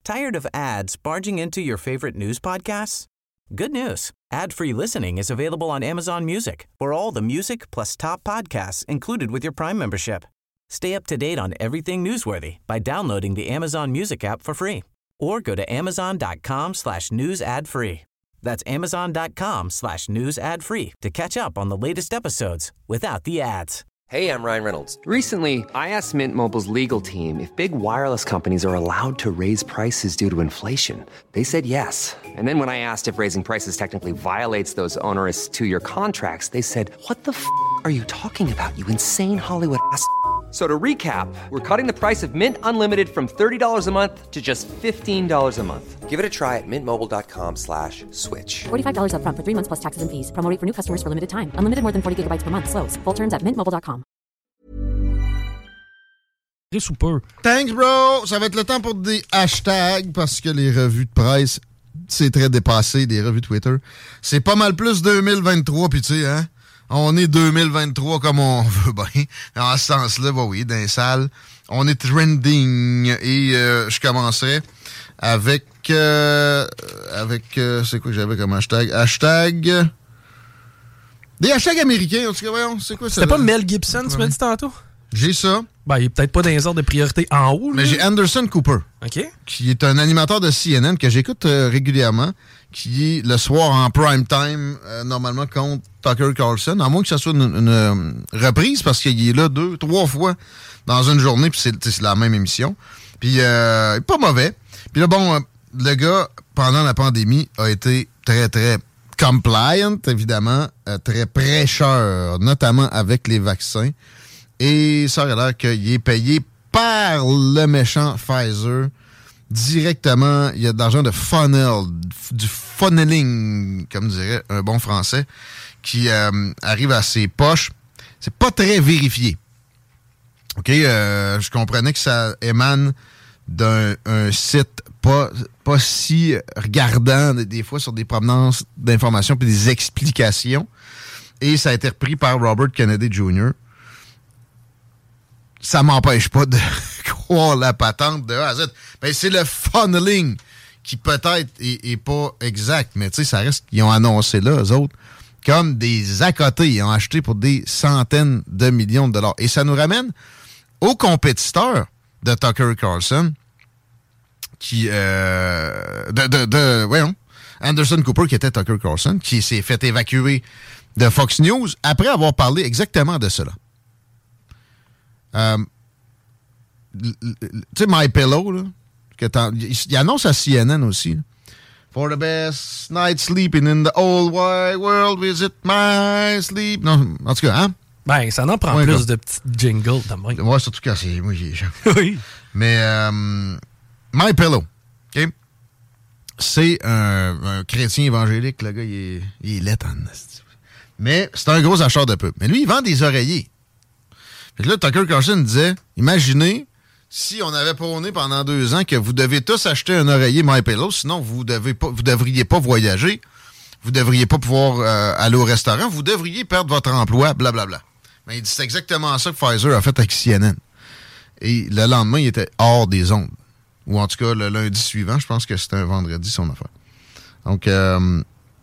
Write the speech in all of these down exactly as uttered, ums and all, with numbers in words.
Tired of ads barging into your favorite news podcasts? Good news. Ad-free listening is available on Amazon Music for all the music plus top podcasts included with your Prime membership. Stay up to date on everything newsworthy by downloading the Amazon Music app for free or go to amazon.com slash news ad free. That's amazon.com slash news ad free to catch up on the latest episodes without the ads. Hey, I'm Ryan Reynolds. Recently, I asked Mint Mobile's legal team if big wireless companies are allowed to raise prices due to inflation. They said yes. And then when I asked if raising prices technically violates those onerous two-year contracts, they said, what the f*** are you talking about, you insane Hollywood ass f- So to recap, we're cutting the price of Mint Unlimited from thirty dollars a month to just fifteen dollars a month. Give it a try at mintmobile.com slash switch. forty-five dollars up front for three months plus taxes and fees. Promo rate for new customers for limited time. Unlimited more than forty gigabytes per month. Slows full terms at mint mobile dot com. Ou peu. Thanks, bro! Ça va être le temps pour des hashtags parce que les revues de presse, c'est très dépassé, des revues Twitter. C'est pas mal plus deux mille vingt-trois, puis tu sais, hein? On est deux mille vingt-trois comme on veut bien. En ce sens-là, bah oui, dans les salles. On est trending. Et euh, je commencerai avec... Euh, avec... Euh, c'est quoi que j'avais comme hashtag? Hashtag... Des hashtags américains, en tout cas, voyons. C'est quoi ça? C'était pas Mel Gibson, tu m'as dit tantôt? J'ai ça. Ben, il est peut-être pas dans les ordres de priorité en haut. Mais là. j'ai Anderson Cooper. OK. Qui est un animateur de C N N que j'écoute euh, régulièrement, qui est le soir en prime time, euh, normalement contre Tucker Carlson, à moins que ça soit une, une, une reprise, parce qu'il est là deux, trois fois dans une journée, puis c'est, c'est la même émission. Puis, euh, il est pas mauvais. Puis là, bon, euh, le gars, pendant la pandémie, a été très, très compliant, évidemment, euh, très prêcheur, notamment avec les vaccins. Et ça aurait l'air qu'il est payé par le méchant Pfizer directement. Il y a de l'argent de funnel, du funneling, comme dirait un bon français, qui euh, arrive à ses poches. C'est pas très vérifié. OK? Euh, je comprenais que ça émane d'un un site pas, pas si regardant, des fois, sur des provenances d'informations puis des explications. Et ça a été repris par Robert Kennedy junior Ça m'empêche pas de croire la patente de A à Z. Ben, c'est le funneling qui peut-être est, est pas exact, mais tu sais, ça reste qu'ils ont annoncé là, eux autres, comme des à côté. Ils ont acheté pour des centaines de millions de dollars. Et ça nous ramène aux compétiteurs de Tucker Carlson, qui, euh, de, de, de, voyons, Anderson Cooper, qui était Tucker Carlson, qui s'est fait évacuer de Fox News après avoir parlé exactement de cela. Euh, tu sais, MyPillow, là, que il, il annonce à C N N aussi. Là. For the best night sleeping in the old wide world, visit my sleep. Non, en tout cas, hein? Ben, ça en prend ouais, plus comme... de petits jingles de moi. Ouais, surtout quand c'est moi qui Oui. Mais euh, MyPillow, OK? C'est un, un chrétien évangélique. Le gars, il est, il est laid en... Mais c'est un gros acheteur de pub. Mais lui, il vend des oreillers. Fait que là, Tucker Carlson disait, imaginez si on avait prôné pendant deux ans que vous devez tous acheter un oreiller MyPillow, sinon vous devez pas, vous devriez pas voyager, vous devriez pas pouvoir euh, aller au restaurant, vous devriez perdre votre emploi, blablabla. Mais il dit, c'est exactement ça que Pfizer a fait avec C N N. Et le lendemain, il était hors des ondes. Ou en tout cas, le lundi suivant, je pense que c'était un vendredi, son affaire. Donc, euh,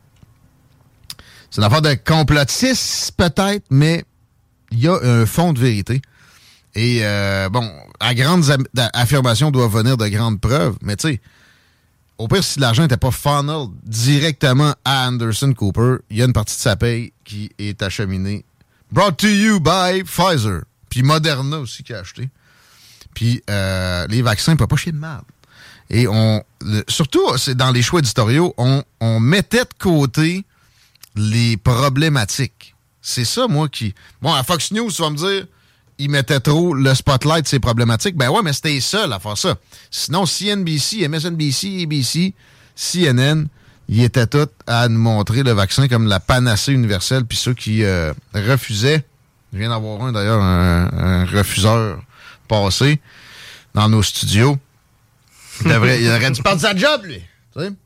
c'est une affaire de complotiste, peut-être, mais il y a un fond de vérité. Et, euh, bon, à grandes am- affirmations doivent venir de grandes preuves, mais tu sais, au pire, si l'argent n'était pas funnel directement à Anderson Cooper, il y a une partie de sa paye qui est acheminée. Brought to you by Pfizer. Puis Moderna aussi qui a acheté. Puis euh, les vaccins ne peuvent pas chier de merde. Et on, le, surtout, c'est dans les choix éditoriaux, on, on mettait de côté les problématiques. C'est ça, moi, qui... Bon, à Fox News, tu vas me dire, ils mettaient trop le spotlight sur ces problématiques. Ben ouais, mais c'était seul à faire ça. Sinon, C N B C, M S N B C, A B C, C N N, ils étaient tous à nous montrer le vaccin comme la panacée universelle. Puis ceux qui euh, refusaient, je viens d'avoir un, d'ailleurs, un, un refuseur passé dans nos studios. Il, devrait, il aurait dû perdre sa job, lui. Tu sais?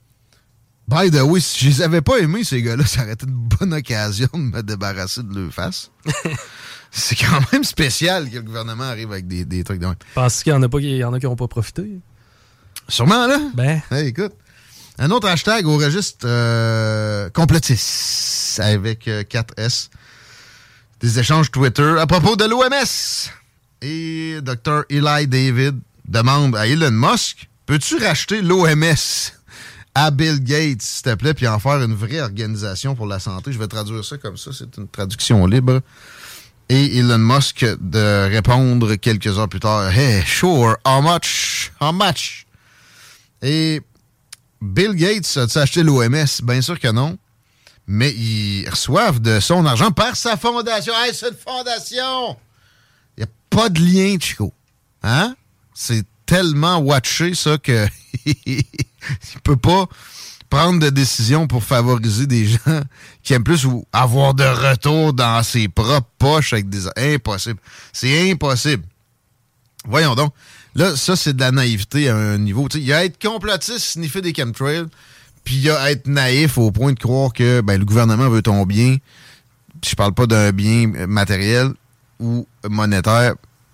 By the way, si je les avais pas aimés, ces gars-là, ça aurait été une bonne occasion de me débarrasser de leur face. C'est quand même spécial que le gouvernement arrive avec des, des trucs de même. Penses-tu qu'il y en a pas, il y en a qui n'ont pas profité? Sûrement, là. Ben. Hey, écoute. Un autre hashtag au registre euh, complotiste avec euh, quatre S. Des échanges Twitter à propos de l'O M S. Et Dr Eli David demande à Elon Musk, peux-tu racheter l'O M S à Bill Gates, s'il te plaît, puis en faire une vraie organisation pour la santé? Je vais traduire ça comme ça, c'est une traduction libre. Et Elon Musk de répondre quelques heures plus tard, hey, sure, how much? How much? Et Bill Gates a-t-il acheté l'O M S? Bien sûr que non. Mais ils reçoivent de son argent par sa fondation. Hey, c'est une fondation! Il n'y a pas de lien, Chico. Hein? C'est tellement watché, ça, que il peut pas prendre de décision pour favoriser des gens qui aiment plus ou avoir de retour dans ses propres poches avec des... Impossible. C'est impossible. Voyons donc. Là, ça, c'est de la naïveté à un niveau. Il y a être complotiste, sniffer des chemtrails, puis il y a être naïf au point de croire que ben, le gouvernement veut ton bien. Je parle pas d'un bien matériel ou monétaire.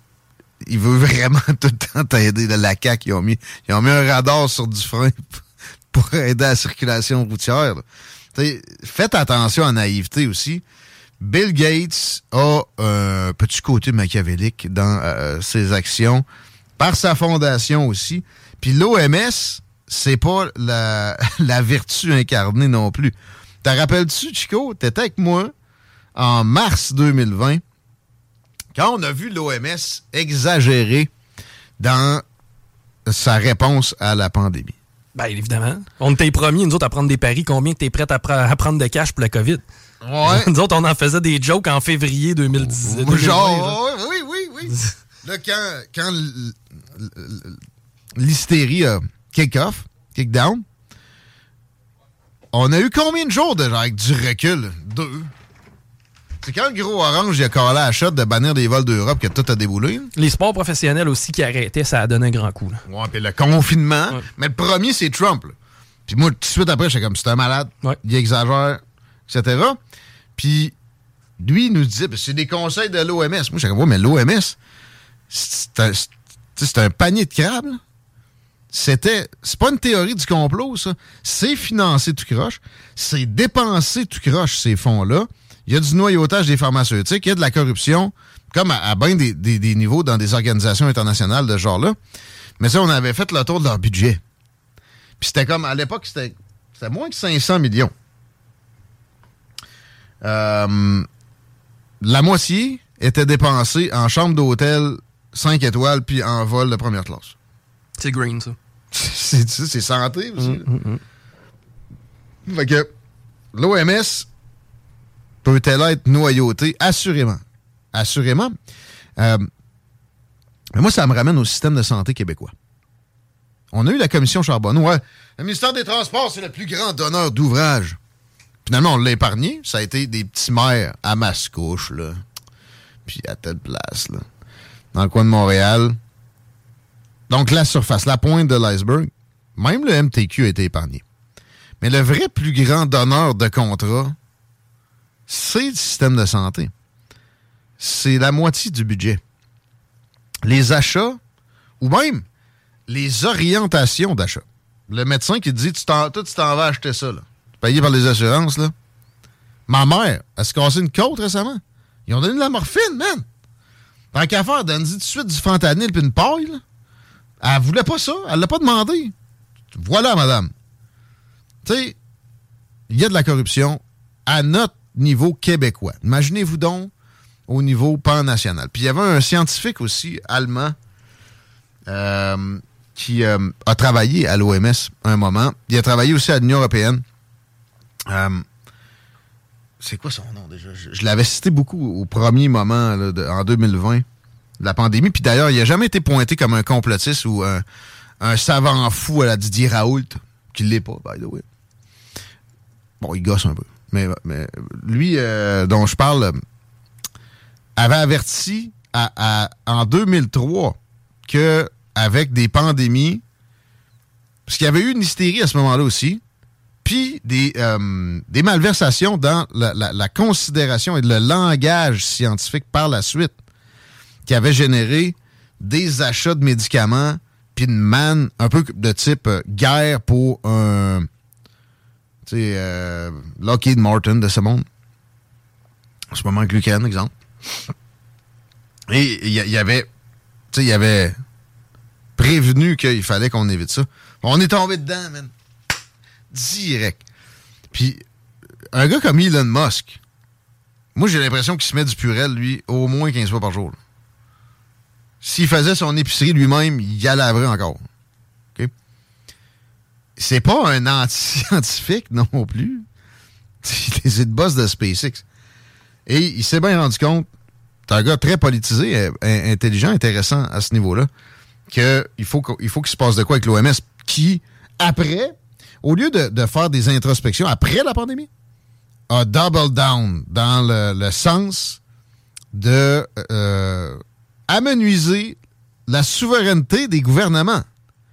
Il veut vraiment tout le temps t'aider. Là, la C A Q, ils ont mis, ils ont mis un radar sur du frein pour aider à la circulation routière. Faites attention à la naïveté aussi. Bill Gates a un petit côté machiavélique dans euh, ses actions, par sa fondation aussi. Puis l'O M S, c'est pas la, la vertu incarnée non plus. Te rappelles-tu, Chico, t'étais avec moi en mars deux mille vingt, quand on a vu l'O M S exagérer dans sa réponse à la pandémie. Ben, évidemment. On était les premiers, nous autres, à prendre des paris. Combien que t'es prêt à, pr- à prendre de cash pour la COVID? Ouais. Nous autres, on en faisait des jokes en février deux mille dix. Genre, genre. oui, oui, oui. Là, quand, quand l- l- l'hystérie a kick-off, kick-down, on a eu combien de jours de genre avec du recul? Deux. C'est quand le gros orange il a collé à la shot de bannir des vols d'Europe que tout a déboulé. Là. Les sports professionnels aussi qui arrêtaient, ça a donné un grand coup. Là. Ouais, puis le confinement. Ouais. Mais le premier, c'est Trump. Là. Puis moi, tout de suite après, j'étais comme, c'est un malade. Ouais. Il exagère, et cetera. Puis lui, il nous disait, c'est des conseils de l'O M S. Moi, j'étais comme, ouais, mais l'O M S, c'est un, c'est, c'est un panier de crabes. Là. C'était, c'est pas une théorie du complot, ça. C'est financer tout croche. C'est dépenser tout croche, ces fonds-là. Il y a du noyautage des pharmaceutiques, il y a de la corruption, comme à, à bien des, des, des niveaux dans des organisations internationales de ce genre-là. Mais ça, on avait fait le tour de leur budget. Puis c'était comme, à l'époque, c'était, c'était moins que cinq cents millions. Euh, la moitié était dépensée en chambre d'hôtel cinq étoiles puis en vol de première classe. C'est green, ça. c'est, c'est, c'est santé aussi. Mm, mm, mm. Fait que l'O M S peut-elle être noyautée? Assurément. Assurément. Euh, mais moi, ça me ramène au système de santé québécois. On a eu la commission Charbonneau. Ouais, le ministère des Transports, c'est le plus grand donneur d'ouvrage. Finalement, on l'a épargné. Ça a été des petits maires à Mascouche, là. Puis à telle place, là. Dans le coin de Montréal. Donc, la surface, la pointe de l'iceberg, même le M T Q a été épargné. Mais le vrai plus grand donneur de contrats, c'est le système de santé. C'est la moitié du budget. Les achats, ou même les orientations d'achat. Le médecin qui te dit, tu t'en, toi, tu t'en vas acheter ça, là. Payé par les assurances, là. Ma mère, elle s'est cassée une côte récemment. Ils ont donné de la morphine, man. Tant qu'à faire, donne-y tout de suite du fentanyl puis une paille, là. Elle voulait pas ça. Elle l'a pas demandé. Voilà, madame. Tu sais, il y a de la corruption à notre niveau québécois. Imaginez-vous donc au niveau pan-national. Puis il y avait un scientifique aussi, allemand, euh, qui euh, a travaillé à l'O M S un moment. Il a travaillé aussi à l'Union européenne. Euh, c'est quoi son nom déjà? Je, je l'avais cité beaucoup au premier moment, là, de, en deux mille vingt, de la pandémie. Puis d'ailleurs, il n'a jamais été pointé comme un complotiste ou un, un savant fou à la Didier Raoult, qui ne l'est pas, by the way. Bon, il gosse un peu. Mais, mais lui, euh, dont je parle, euh, avait averti à, à, en deux mille trois qu'avec des pandémies, parce qu'il y avait eu une hystérie à ce moment-là aussi, puis des, euh, des malversations dans la, la, la considération et le langage scientifique par la suite, qui avait généré des achats de médicaments puis une manne un peu de type euh, guerre pour un... Tu sais, euh, Lockheed Martin de ce monde. En ce moment, Glucan, exemple. Et il y, y avait... Tu sais, il y avait prévenu qu'il fallait qu'on évite ça. On est tombé dedans, man. Direct. Puis, un gars comme Elon Musk, moi, j'ai l'impression qu'il se met du purel, lui, au moins quinze fois par jour. Là. S'il faisait son épicerie lui-même, il y laverait encore. OK? C'est pas un anti-scientifique non plus. C'est le boss de SpaceX. Et il s'est bien rendu compte, c'est un gars très politisé, intelligent, intéressant à ce niveau-là, qu'il faut, qu'il faut qu'il se passe de quoi avec l'O M S, qui, après, au lieu de, de faire des introspections après la pandémie, a double down dans le, le sens de euh, amenuiser la souveraineté des gouvernements.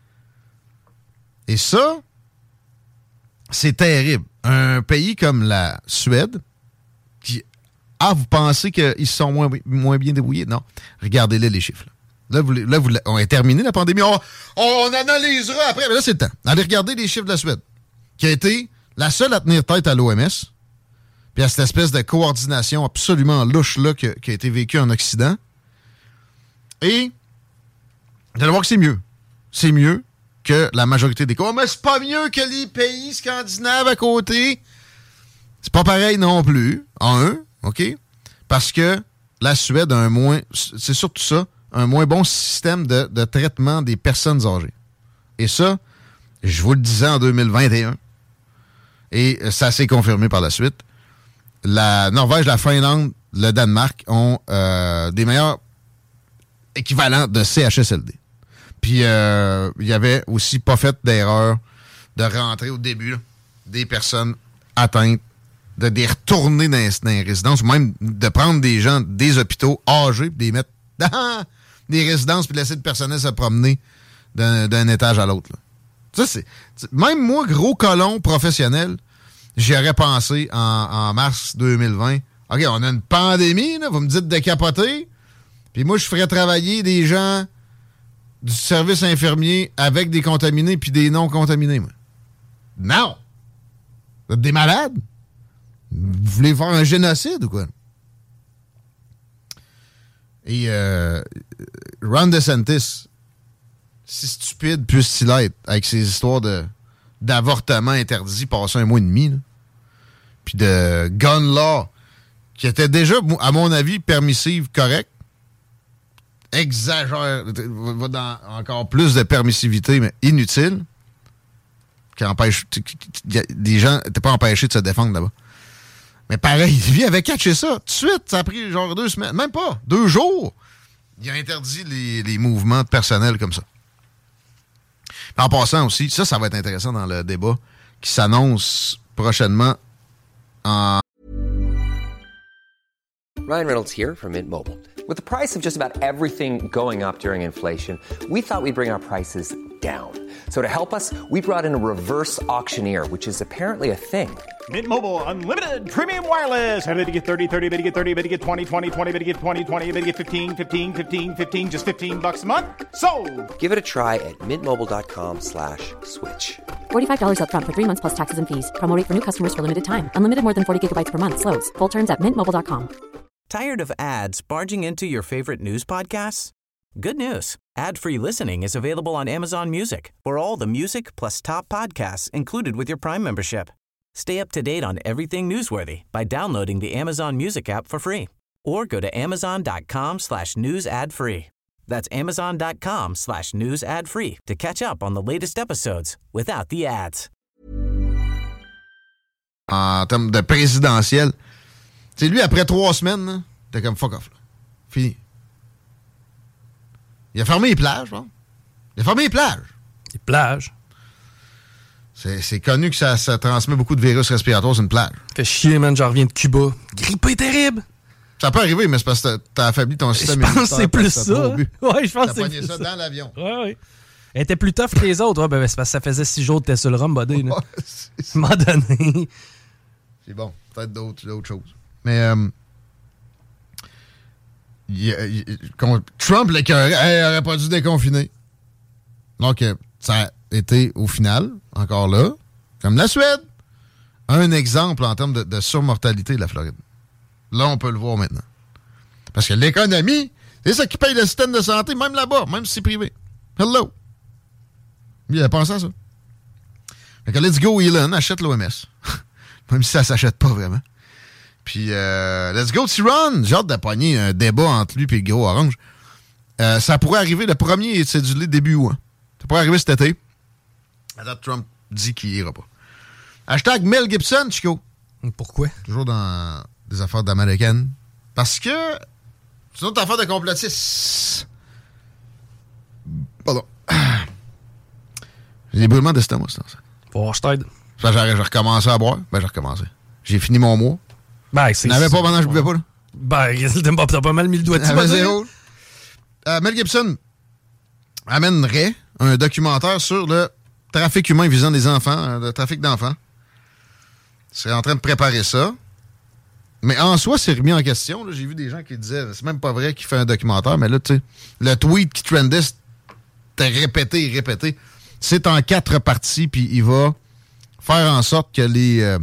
Et ça, c'est terrible. Un pays comme la Suède, qui, ah, vous pensez qu'ils sont moins, moins bien débrouillés? Non. Regardez-les, les chiffres. Là, vous, là vous, on a terminé la pandémie. On, on analysera après. Mais là, c'est le temps. Allez regarder les chiffres de la Suède, qui a été la seule à tenir tête à l'O M S, puis à cette espèce de coordination absolument louche-là qui, qui a été vécue en Occident. Et vous allez voir que c'est mieux. C'est mieux que la majorité des cas. Mais c'est pas mieux que les pays scandinaves à côté. C'est pas pareil non plus. En un, OK? Parce que la Suède a un moins... C'est surtout ça, un moins bon système de, de traitement des personnes âgées. Et ça, je vous le disais en deux mille vingt et un, et ça s'est confirmé par la suite. La Norvège, la Finlande, le Danemark ont euh, des meilleurs équivalents de C H S L D. Puis, euh, il y avait aussi pas fait d'erreur de rentrer au début là, des personnes atteintes, de les retourner dans, dans les résidences, ou même de prendre des gens des hôpitaux âgés, puis de les mettre dans des résidences, puis de laisser le personnel se promener d'un, d'un étage à l'autre. Là. Ça, c'est, c'est, même moi, gros colon professionnel, j'y aurais pensé en, en mars deux mille vingt. OK, on a une pandémie, là, vous me dites de capoter, puis moi, je ferais travailler des gens du service infirmier avec des contaminés puis des non-contaminés. Moi. Non! Vous êtes des malades? Vous voulez faire un génocide ou quoi? Et euh, Ron DeSantis, si stupide puisse-t-il être avec ses histoires de, d'avortement interdit passé un mois et demi, là, puis de gun law, qui était déjà, à mon avis, permissive, correct, exagère, va dans encore plus de permissivité, mais inutile, qui empêche, des gens n'étaient pas empêchés de se défendre là-bas. Mais pareil, lui avait catché ça. Tout de suite, ça a pris genre deux semaines, même pas, deux jours. Il a interdit les, les mouvements de personnel comme ça. Puis en passant aussi, ça, ça va être intéressant dans le débat qui s'annonce prochainement en... Ryan Reynolds here from Mint Mobile. With the price of just about everything going up during inflation, we thought we'd bring our prices down. So to help us, we brought in a reverse auctioneer, which is apparently a thing. Mint Mobile Unlimited Premium Wireless. How to get thirty, thirty, bit to get thirty, bit to get twenty, twenty, twenty, bit to get twenty, twenty, bit to get fifteen, fifteen, fifteen, fifteen, just fifteen bucks a month? Sold! Give it a try at mintmobile.com slash switch. forty-five dollars up front for three months plus taxes and fees. Promo rate for new customers for limited time. Unlimited more than forty gigabytes per month. Slows full terms at mint mobile dot com. Tired of ads barging into your favorite news podcasts? Good news. Ad-free listening is available on Amazon Music for all the music plus top podcasts included with your Prime membership. Stay up to date on everything newsworthy by downloading the Amazon Music app for free or go to amazon.com slash news ad free. That's amazon.com slash news ad free to catch up on the latest episodes without the ads. En termes de présidentiel, tu sais, lui, après trois semaines, là, t'es comme fuck off. Là. Fini. Il a fermé les plages, non? Il a fermé les plages. Les plages. C'est, c'est connu que ça, ça transmet beaucoup de virus respiratoires sur une plage. Fait chier, man, j'en reviens de Cuba. Grippé terrible. Ça peut arriver, mais c'est parce que t'as affaibli ton système immunitaire. Je pense que c'est plus ça. Ouais, je pense que c'est pogné plus ça. ça Dans l'avion. Ouais, ouais. Elle était plus tough que les autres. Ouais, ben, c'est parce que ça faisait six jours que t'étais sur le rhum, buddy. Là. Ouais, à un moment donné. C'est bon. Peut-être d'autres, d'autres choses. Mais... Euh, Il, il, Trump l'écœurait. Hey, il aurait pas dû déconfiner. Donc, euh, ça a été, au final, encore là, comme la Suède, un exemple en termes de, de surmortalité de la Floride. Là, on peut le voir maintenant. Parce que l'économie, c'est ça qui paye le système de santé, même là-bas, même si c'est privé. Hello! Il a pensé à ça. Fait que let's go, Elon, achète l'O M S. Même si ça s'achète pas vraiment. Puis, euh, let's go, T-Ron. J'ai hâte de pogner un débat entre lui et le gros orange. Euh, ça pourrait arriver, le premier est cédulé début août. Hein. Ça pourrait arriver cet été. À date, Trump dit qu'il ira pas. Hashtag Mel Gibson, Chico. Pourquoi? Toujours dans des affaires d'américaines. Parce que c'est une autre affaire de complotistes. Pardon. J'ai des brûlements d'estomac, c'est ça. Faut voir, je t'aide. Ça, j'ai, j'ai recommencé à boire. Ben, j'ai recommencé. J'ai fini mon mois. Ben, c'est... Tu n'avais pas pendant que je buvais pas, là? Ben, t'as pas mal mis le doigt dessus. zéro. Euh, Mel Gibson amènerait un documentaire sur le trafic humain visant des enfants, le trafic d'enfants. Il serait en train de préparer ça. Mais en soi, c'est remis en question. Là. J'ai vu des gens qui disaient, c'est même pas vrai qu'il fait un documentaire, mais là, tu sais, le tweet qui trendait, c'était répété et répété. C'est en quatre parties, puis il va faire en sorte que les, euh,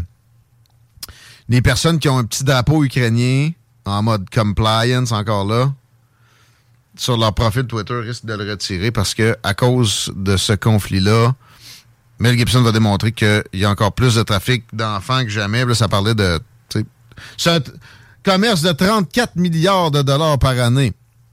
les personnes qui ont un petit drapeau ukrainien en mode compliance, encore là, sur leur profil Twitter, risquent de le retirer parce que à cause de ce conflit-là, Mel Gibson va démontrer qu'il y a encore plus de trafic d'enfants que jamais. Là, ça parlait de... C'est un t- commerce de trente-quatre milliards de dollars par année.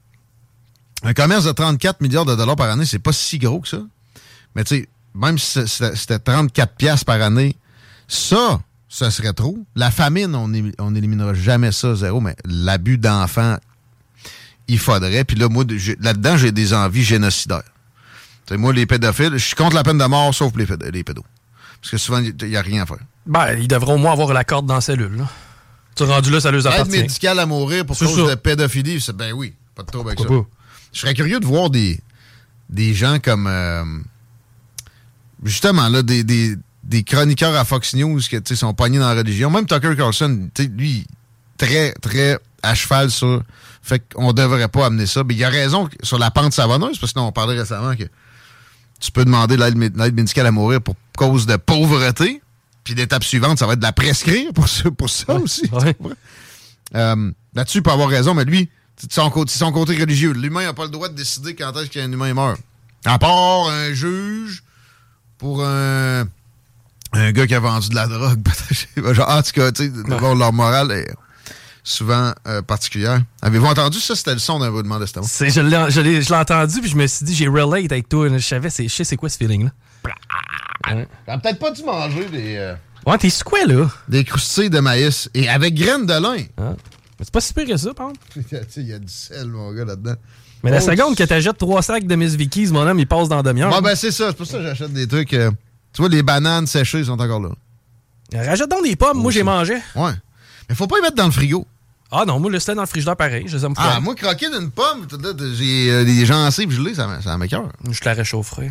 Un commerce de trente-quatre milliards de dollars par année, c'est pas si gros que ça. Mais tu sais, même si c'était trente-quatre piastres par année, ça, ça serait trop. La famine, on n'éliminera jamais ça, zéro, mais l'abus d'enfants, il faudrait. Puis là, moi, là-dedans, j'ai des envies génocidaires. Tu sais, moi, les pédophiles, je suis contre la peine de mort, sauf les, péd- les pédos. Parce que souvent, il n'y a rien à faire. Ben, ils devraient au moins avoir la corde dans la cellule, là. Tu es rendu là, ça leur appartient. Aide médicale à mourir pour cause de pédophilie, c'est ben oui, pas de trouble avec ça. Pas. Je serais curieux de voir des, des gens comme... Euh, justement, là, des, des, des chroniqueurs à Fox News qui sont pognés dans la religion. Même Tucker Carlson, lui, très, très à cheval sur... Fait qu'on devrait pas amener ça. Mais il a raison sur la pente savonneuse, parce que non, on parlait récemment que tu peux demander l'aide, l'aide médicale à mourir pour cause de pauvreté. Puis l'étape suivante, ça va être de la prescrire pour ça, pour ça ouais, aussi. Ouais. Euh, là-dessus, il peut avoir raison, mais lui, c'est son, c'est son côté religieux. L'humain n'a pas le droit de décider quand est-ce qu'un humain meurt. À part un juge pour un, un gars qui a vendu de la drogue, peut-être. Genre, en tout cas, tu sais, ouais. Leur morale est souvent euh, particulière. Avez-vous entendu ça? C'était le son d'un roulement d'estomac. C'est, je, l'ai, je, l'ai, je l'ai entendu, puis je me suis dit, j'ai relate avec toi. Je savais, c'est, je sais c'est quoi ce feeling-là. Ouais. T'as peut-être pas dû manger des... Euh, ouais, t'es sous quoi, là? Des croustilles de maïs. Et avec graines de lin. Ah. Mais c'est pas si pire que ça, par exemple. Il y a du sel, mon gars, là-dedans. Mais oh, la seconde que t'achètes trois sacs de Miss Vicky's, mon homme, il passe dans la demi-heure. Ouais, ben c'est ça. C'est pour ça que j'achète des trucs... Euh, tu vois, les bananes séchées sont encore là. Rajoute donc des pommes. Oh, moi, j'ai mangé. Ouais. Mais faut pas les mettre dans le frigo. Ah non, moi, le c'était dans le frigidaire pareil. Je les aime Ah, moi, croquer d'une pomme, j'ai euh, des gencives gelées, ça, ça m'écoeure. Je te la réchaufferai.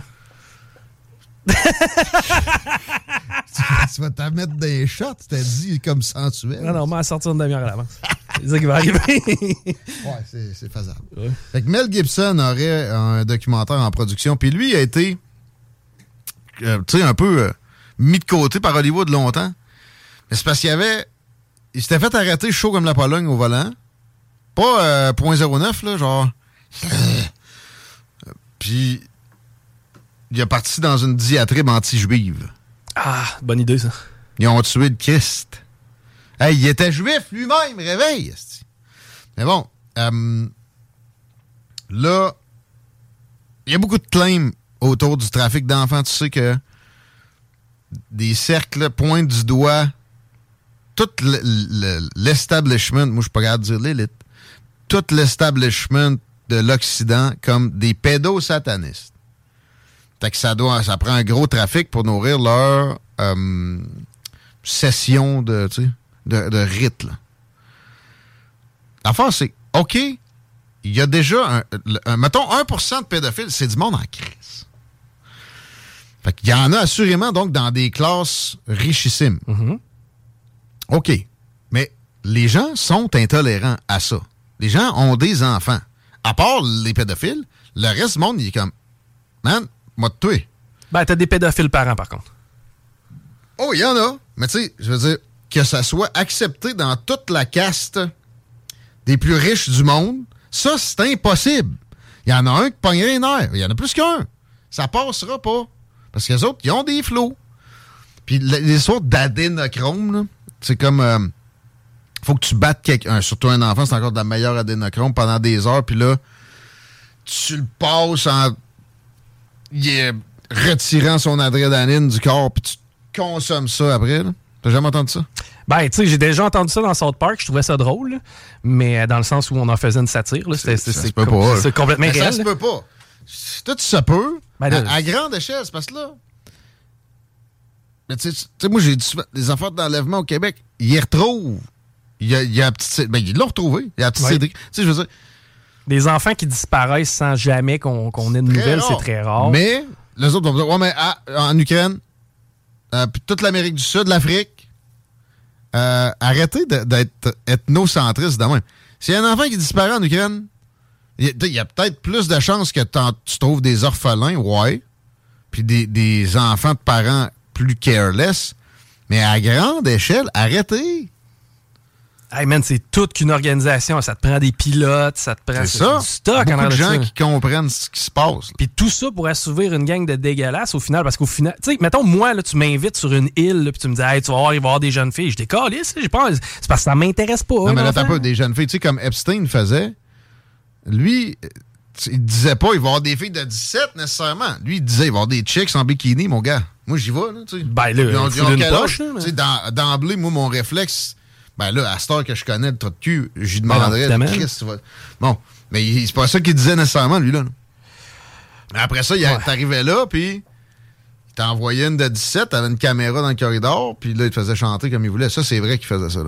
tu, tu vas t'en mettre des shots, t'as dit comme sensuel. Non, non, mais à sortir une demi-heure à l'avance. C'est ça qui va arriver. Ouais, c'est, c'est faisable. Ouais. Fait que Mel Gibson aurait un documentaire en production, puis lui a été, euh, tu sais, un peu euh, mis de côté par Hollywood longtemps. Mais c'est parce qu'il y avait... Il s'était fait arrêter chaud comme la Pologne au volant. Pas euh, point zéro neuf, là, genre... Puis... Il est parti dans une diatribe anti-juive. Ah, bonne idée, ça. Ils ont tué le Christ. Hey, il était juif lui-même, réveille. Mais bon, euh, là, il y a beaucoup de claims autour du trafic d'enfants. Tu sais que des cercles pointent du doigt tout le, le, l'establishment, moi je suis pas capable de dire l'élite, tout l'establishment de l'Occident comme des pédosatanistes. Fait que ça doit, ça prend un gros trafic pour nourrir leur euh, session de, tu sais, de, de rites. L'affaire, c'est, OK, il y a déjà, un, un, mettons, un pour cent de pédophiles, c'est du monde en crise. Fait qu'il y en a assurément, donc, dans des classes richissimes. Mm-hmm. OK, mais les gens sont intolérants à ça. Les gens ont des enfants. À part les pédophiles, le reste du monde, il est comme, man, m'a tué. Ben, t'as des pédophiles parents, par contre. Oh, il y en a. Mais tu sais, je veux dire, que ça soit accepté dans toute la caste des plus riches du monde, ça, c'est impossible. Il y en a un qui pognerait les nerfs. Il y en a plus qu'un. Ça passera pas. Parce que les autres, ils ont des flots. Puis les sortes d'adénochrome, c'est comme... Euh, faut que tu battes quelqu'un. Surtout un enfant, c'est encore de la meilleure adénochrome pendant des heures. Puis là, tu le passes en yeah, retirant son adrénaline du corps. Puis tu consommes ça après. Là. T'as jamais entendu ça? Ben, tu sais, j'ai déjà entendu ça dans South Park. Je trouvais ça drôle. Là. Mais dans le sens où on en faisait une satire. Là, c'est, c'est, ça c'est, se peut com- pas. c'est complètement mais réel. Ça se peut pas. Tout ça peut. Ben, là, à, à grande échelle, c'est parce que là... Mais tu sais, moi, j'ai dit souvent, les affaires d'enlèvement au Québec, ils les retrouvent. Il y a, il y a la petite... Ben, ils l'ont retrouvé. Il y a la petite ouais. Cédric. Tu sais, je veux dire... Des enfants qui disparaissent sans jamais qu'on, qu'on ait de nouvelles, rare. C'est très rare. Mais, les autres vont dire, ouais, mais ah, en Ukraine, euh, puis toute l'Amérique du Sud, l'Afrique, euh, arrêtez de, d'être ethnocentriste de même. S'il y a un enfant qui disparaît en Ukraine, il y, y a peut-être plus de chances que tu trouves des orphelins, ouais, puis des, des enfants de parents plus careless, mais à grande échelle, arrêtez. Hey man, c'est toute qu'une organisation. Ça te prend des pilotes, ça te prend c'est ça. du stock. Beaucoup en de gens ça. qui comprennent ce qui se passe. Là. Puis tout ça pour assouvir une gang de dégueulasses au final. Parce qu'au final, tu sais, mettons, moi, là, tu m'invites sur une île, puis tu me dis, hey, tu vas voir, il va y avoir des jeunes filles. Je décalisse, j'ai pas. C'est parce que ça m'intéresse pas. Non, mais là, t'as pas des jeunes filles. Tu sais, comme Epstein faisait, lui, il disait pas, il va y avoir des filles de dix-sept nécessairement. Lui, il disait, il va y avoir des chicks en bikini, mon gars. Moi, j'y vais, là, tu sais. Ben là, ils ont, il ils ont une quel poche, âge? là, mais... Tu sais, dans, d'emblée, moi, mon réflexe, ben là, à cette heure que je connais le trou de cul, j'y demanderais, ben, Christ, tu vas... Bon, mais il, c'est pas ça qu'il disait nécessairement, lui, là. là. Mais après ça, il ouais. t'arrivais là, puis il t'envoyait une de dix-sept, t'avais une caméra dans le corridor, puis là, il te faisait chanter comme il voulait. Ça, c'est vrai qu'il faisait ça, là.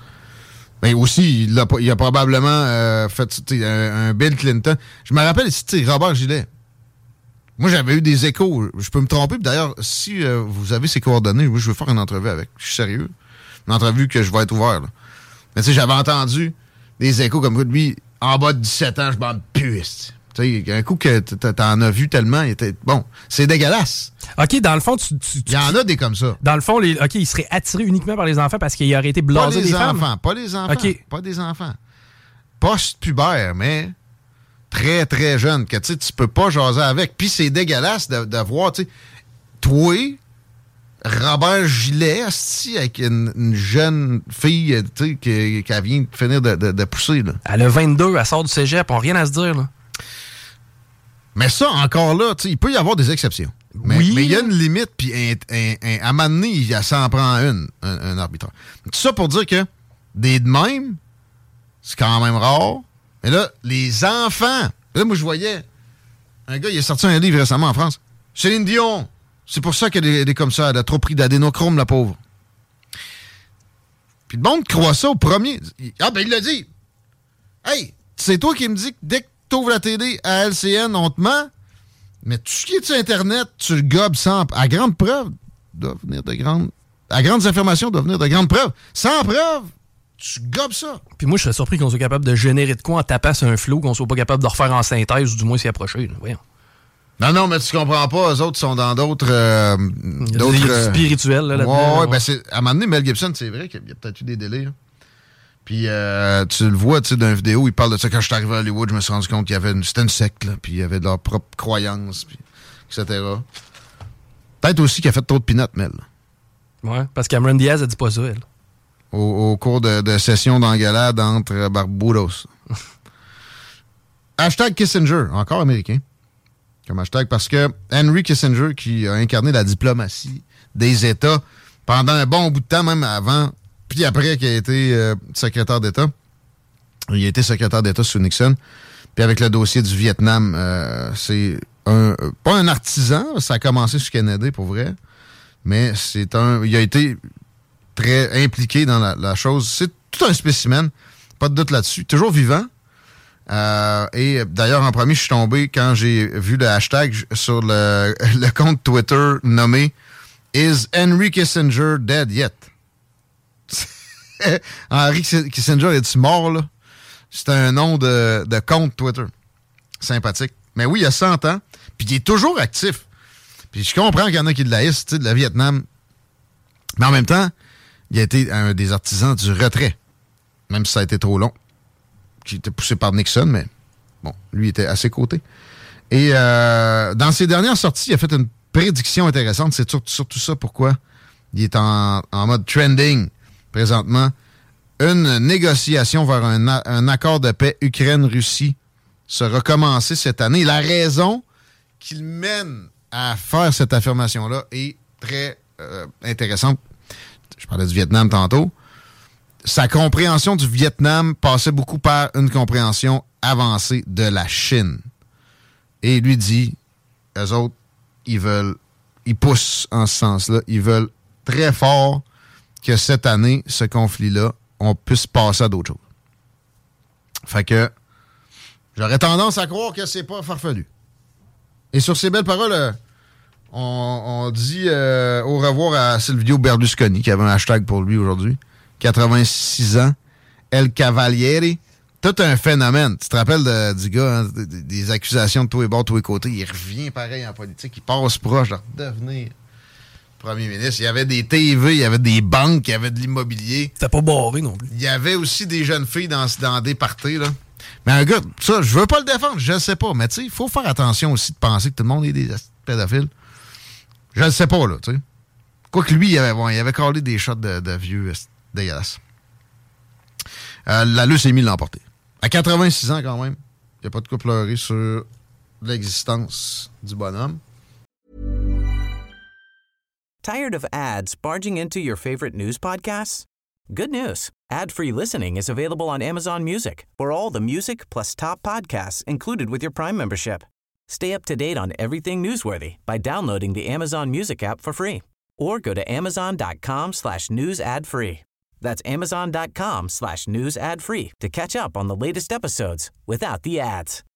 Mais aussi, il a, il a probablement euh, fait un, un Bill Clinton. Je me rappelle ici, Robert Gillet. Moi, j'avais eu des échos. Je peux me tromper. Puis d'ailleurs, si euh, vous avez ses coordonnées, oui, je veux faire une entrevue avec. Je suis sérieux. Une entrevue que je vais être ouvert. Là. Mais tu sais, j'avais entendu des échos comme quoi lui, en bas de dix-sept ans, je m'en puisse. Tu sais, un coup que t'en as vu tellement, il était... Bon, c'est dégueulasse. OK, dans le fond, tu... tu, tu il y en a des comme ça. Dans le fond, les, OK, il serait attiré uniquement par les enfants parce qu'il aurait été blasé pas les des enfants, femmes. Pas les enfants, okay. Pas des enfants. Post-pubère, mais très, très jeune, que tu sais, tu peux pas jaser avec. Puis c'est dégueulasse de, de voir, tu sais, toi, Robert Gillet, asti, avec une, une jeune fille, tu sais, qui, qui vient de finir de, de, de pousser, là. Elle a vingt-deux, elle sort du cégep, on n'a rien à se dire, là. Mais ça, encore là, tu sais, il peut y avoir des exceptions. Mais oui. Mais il y a une limite, puis un, un, un, à un moment donné, il s'en prend une, un, un arbitraire. Tout ça pour dire que des de même, c'est quand même rare. Mais là, les enfants, là, moi, je voyais un gars, il a sorti un livre récemment en France. Céline Dion, c'est pour ça qu'elle est, elle est comme ça, elle a trop pris d'adénochrome, la pauvre. Puis le monde croit ça au premier. Ah, ben il l'a dit. Hey, c'est toi qui me dis que dès que t'ouvres la télé à L C N, on te ment. Mais tout ce qui est sur Internet, tu le gobes sans... À grande preuve, doit venir de grandes... À grandes affirmations, doit venir de grandes preuves. Sans preuve, tu gobes ça. Puis moi, je serais surpris qu'on soit capable de générer de quoi en tapant sur un flow, qu'on soit pas capable de refaire en synthèse ou du moins s'y approcher. Là. Voyons. Non, non, mais tu comprends pas. Eux autres sont dans d'autres... Euh, d'autres il y a du euh, spirituel là, là-dedans. Ouais, ouais, ouais. ben c'est... À un moment donné, Mel Gibson, c'est vrai qu'il y a peut-être eu des délires. Puis euh, tu le vois, tu sais, dans une vidéo, il parle de ça. Quand je suis arrivé à Hollywood, je me suis rendu compte qu'il y avait une... C'était une secte, là, puis il y avait de leurs propres croyances, puis et cetera. Peut-être aussi qu'il a fait trop de peanuts, Mel. Ouais, parce que Cameron Diaz, elle dit pas ça, elle. Au, au cours de, de sessions d'engueulade entre Barbudos. Hashtag Kissinger, encore américain. Comme hashtag, parce que Henry Kissinger, qui a incarné la diplomatie des États pendant un bon bout de temps, même avant... Puis après qu'il a été euh, secrétaire d'État, il a été secrétaire d'État sous Nixon. Puis avec le dossier du Vietnam, euh, c'est un euh, pas un artisan, ça a commencé sous Kennedy pour vrai, mais c'est un, il a été très impliqué dans la, la chose. C'est tout un spécimen, pas de doute là-dessus. Toujours vivant. Euh, et d'ailleurs, en premier, je suis tombé quand j'ai vu le hashtag sur le, le compte Twitter nommé « Is Henry Kissinger dead yet? » Henry Kissinger est-tu mort, là? C'est un nom de, de compte Twitter. Sympathique. Mais oui, il a cent ans, puis il est toujours actif. Puis je comprends qu'il y en a qui le haïssent, tu sais, de la Vietnam. Mais en même temps, il a été un des artisans du retrait. Même si ça a été trop long. Qui était poussé par Nixon, mais bon, lui était à ses côtés. Et euh, dans ses dernières sorties, il a fait une prédiction intéressante. C'est surtout, surtout ça pourquoi il est en, en mode trending présentement. Une négociation vers un, un accord de paix Ukraine-Russie sera commencée cette année. La raison qu'il mène à faire cette affirmation-là est très euh, intéressante. Je parlais du Vietnam tantôt. Sa compréhension du Vietnam passait beaucoup par une compréhension avancée de la Chine. Et il lui dit, eux autres, ils veulent, ils poussent en ce sens-là, ils veulent très fort que cette année, ce conflit-là, on puisse passer à d'autres choses. Fait que j'aurais tendance à croire que c'est pas farfelu. Et sur ces belles paroles, euh, on, on dit euh, au revoir à Silvio Berlusconi, qui avait un hashtag pour lui aujourd'hui. quatre-vingt-six ans, El Cavaliere. Tout un phénomène. Tu te rappelles de, du gars, hein, des accusations de tous les bords, de tous les côtés. Il revient pareil en politique. Il passe proche de devenir premier ministre. Il y avait des T V, il y avait des banques, il y avait de l'immobilier. C'était pas barré non plus. Il y avait aussi des jeunes filles dans, dans des parties, là. Mais un gars, ça, je veux pas le défendre, je le sais pas. Mais tu sais, il faut faire attention aussi de penser que tout le monde est des pédophiles. Je le sais pas, là, tu sais. Quoique lui, il avait, bon, il avait collé des shots de, de vieux dégueulasses. Euh, la leucémie l'a emporté. À quatre-vingt-six ans, quand même, il n'y a pas de quoi pleurer sur l'existence du bonhomme. Tired of ads barging into your favorite news podcasts? Good news. Ad-free listening is available on Amazon Music for all the music plus top podcasts included with your Prime membership. Stay up to date on everything newsworthy by downloading the Amazon Music app for free or go to amazon.com slash news ad free. That's amazon.com slash news ad free to catch up on the latest episodes without the ads.